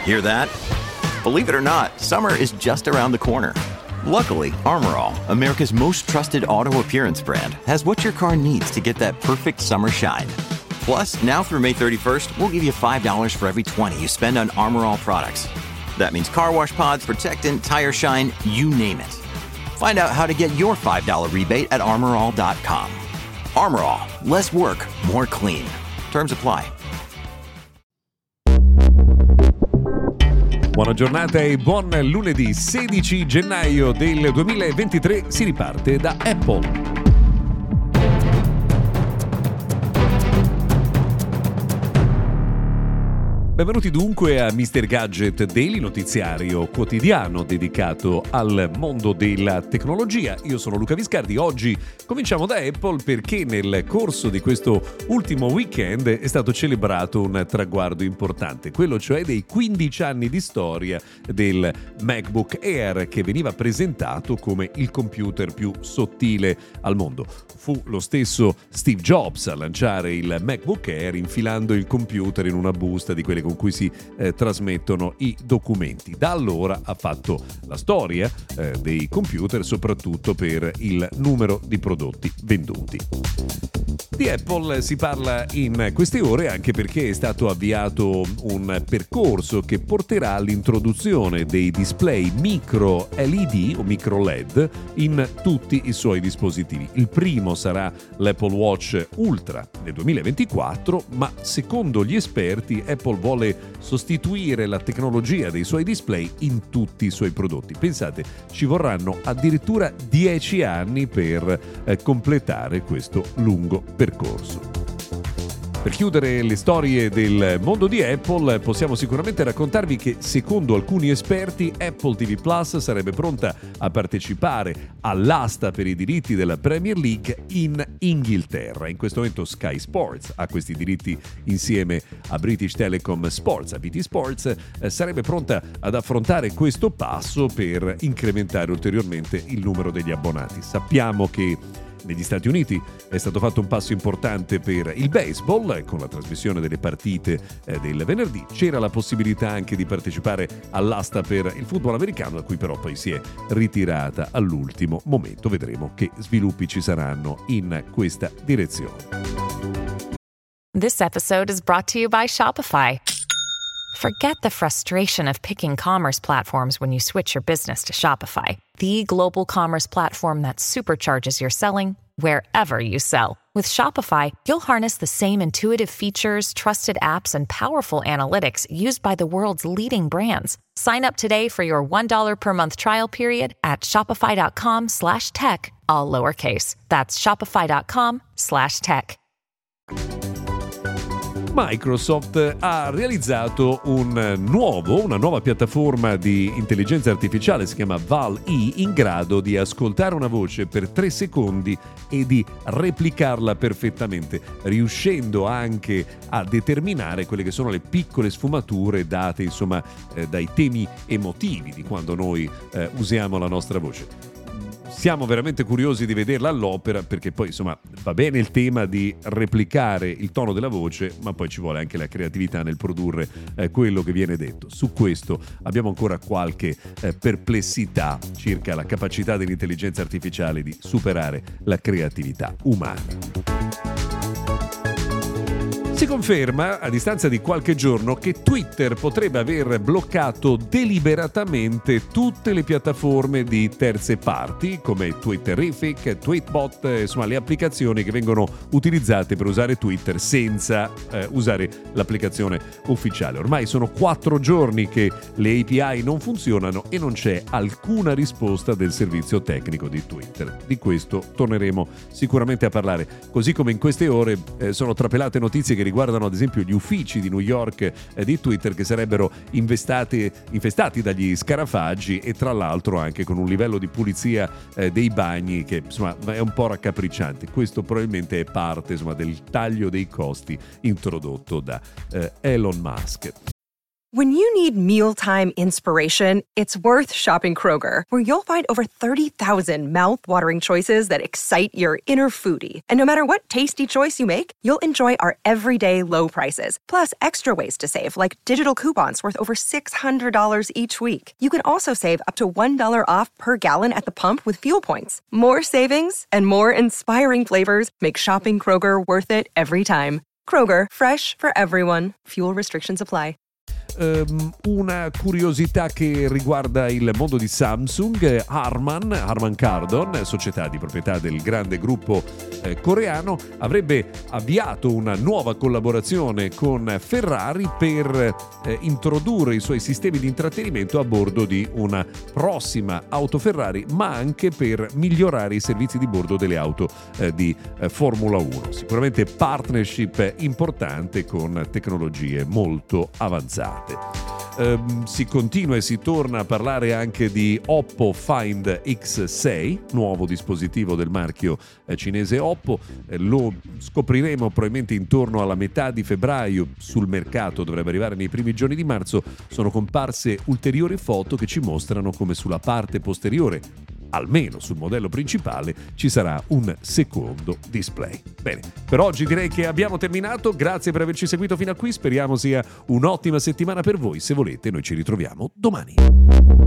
Hear that? Believe it or not, summer is just around the corner. Luckily, Armor All, America's most trusted auto appearance brand, has what your car needs to get that perfect summer shine. Plus, now through May 31st, we'll give you $5 for every $20 you spend on Armor All products. That means car wash pods, protectant, tire shine, you name it. Find out how to get your $5 rebate at armorall.com. Armor All, less work, more clean. Terms apply. Buona giornata e buon lunedì 16 gennaio del 2023. Si riparte da Apple. Benvenuti dunque a Mr. Gadget Daily, notiziario quotidiano dedicato al mondo della tecnologia. Io sono Luca Viscardi. Oggi cominciamo da Apple perché nel corso di questo ultimo weekend è stato celebrato un traguardo importante, quello cioè dei 15 anni di storia del MacBook Air, che veniva presentato come il computer più sottile al mondo. Fu lo stesso Steve Jobs a lanciare il MacBook Air infilando il computer in una busta di quelle con cui si trasmettono i documenti. Da allora ha fatto la storia dei computer, soprattutto per il numero di prodotti venduti. Di Apple si parla in queste ore anche perché è stato avviato un percorso che porterà all'introduzione dei display micro LED o micro LED in tutti i suoi dispositivi. Il primo sarà l'Apple Watch Ultra nel 2024, ma secondo gli esperti Apple vuole sostituire la tecnologia dei suoi display in tutti i suoi prodotti. Pensate, ci vorranno addirittura 10 anni per completare questo lungo percorso. Per chiudere le storie del mondo di Apple, possiamo sicuramente raccontarvi che, secondo alcuni esperti, Apple TV Plus sarebbe pronta a partecipare all'asta per i diritti della Premier League in Inghilterra. In questo momento Sky Sports ha questi diritti insieme a British Telecom Sports, a BT Sports, sarebbe pronta ad affrontare questo passo per incrementare ulteriormente il numero degli abbonati. Sappiamo che negli Stati Uniti è stato fatto un passo importante per il baseball con la trasmissione delle partite del venerdì. C'era la possibilità anche di partecipare all'asta per il football americano, da cui però poi si è ritirata all'ultimo momento. Vedremo che sviluppi ci saranno in questa direzione. This episode is brought to you by Shopify. Forget the frustration of picking commerce platforms when you switch your business to Shopify, the global commerce platform that supercharges your selling wherever you sell. With Shopify, you'll harness the same intuitive features, trusted apps, and powerful analytics used by the world's leading brands. Sign up today for your $1 per month trial period at shopify.com/tech, all lowercase. That's shopify.com/tech. Microsoft ha realizzato una nuova piattaforma di intelligenza artificiale, si chiama Val-E, in grado di ascoltare una voce per 3 secondi e di replicarla perfettamente, riuscendo anche a determinare quelle che sono le piccole sfumature date, insomma, dai temi emotivi di quando noi usiamo la nostra voce. Siamo veramente curiosi di vederla all'opera, perché poi insomma va bene il tema di replicare il tono della voce, ma poi ci vuole anche la creatività nel produrre quello che viene detto. Su questo abbiamo ancora qualche perplessità circa la capacità dell'intelligenza artificiale di superare la creatività umana. Si conferma, a distanza di qualche giorno, che Twitter potrebbe aver bloccato deliberatamente tutte le piattaforme di terze parti, come Twitterific, Tweetbot, insomma le applicazioni che vengono utilizzate per usare Twitter senza usare l'applicazione ufficiale. Ormai sono 4 giorni che le API non funzionano e non c'è alcuna risposta del servizio tecnico di Twitter. Di questo torneremo sicuramente a parlare, così come in queste ore sono trapelate notizie che riguardano ad esempio gli uffici di New York di Twitter che sarebbero infestati dagli scarafaggi, e tra l'altro anche con un livello di pulizia dei bagni che insomma è un po' raccapricciante. Questo probabilmente è parte insomma del taglio dei costi introdotto da Elon Musk. When you need mealtime inspiration, it's worth shopping Kroger, where you'll find over 30,000 mouth-watering choices that excite your inner foodie. And no matter what tasty choice you make, you'll enjoy our everyday low prices, plus extra ways to save, like digital coupons worth over $600 each week. You can also save up to $1 off per gallon at the pump with fuel points. More savings and more inspiring flavors make shopping Kroger worth it every time. Kroger, fresh for everyone. Fuel restrictions apply. Una curiosità che riguarda il mondo di Samsung. Harman Kardon, società di proprietà del grande gruppo coreano, avrebbe avviato una nuova collaborazione con Ferrari per introdurre i suoi sistemi di intrattenimento a bordo di una prossima auto Ferrari, ma anche per migliorare i servizi di bordo delle auto di Formula 1. Sicuramente partnership importante con tecnologie molto avanzate. Si continua e si torna a parlare anche di Oppo Find X6, nuovo dispositivo del marchio cinese Oppo. Lo scopriremo probabilmente intorno alla metà di febbraio, sul mercato dovrebbe arrivare nei primi giorni di marzo. Sono comparse ulteriori foto che ci mostrano come sulla parte posteriore, almeno sul modello principale, ci sarà un secondo display. Bene, per oggi direi che abbiamo terminato. Grazie per averci seguito fino a qui, speriamo sia un'ottima settimana per voi. Se volete, noi ci ritroviamo domani.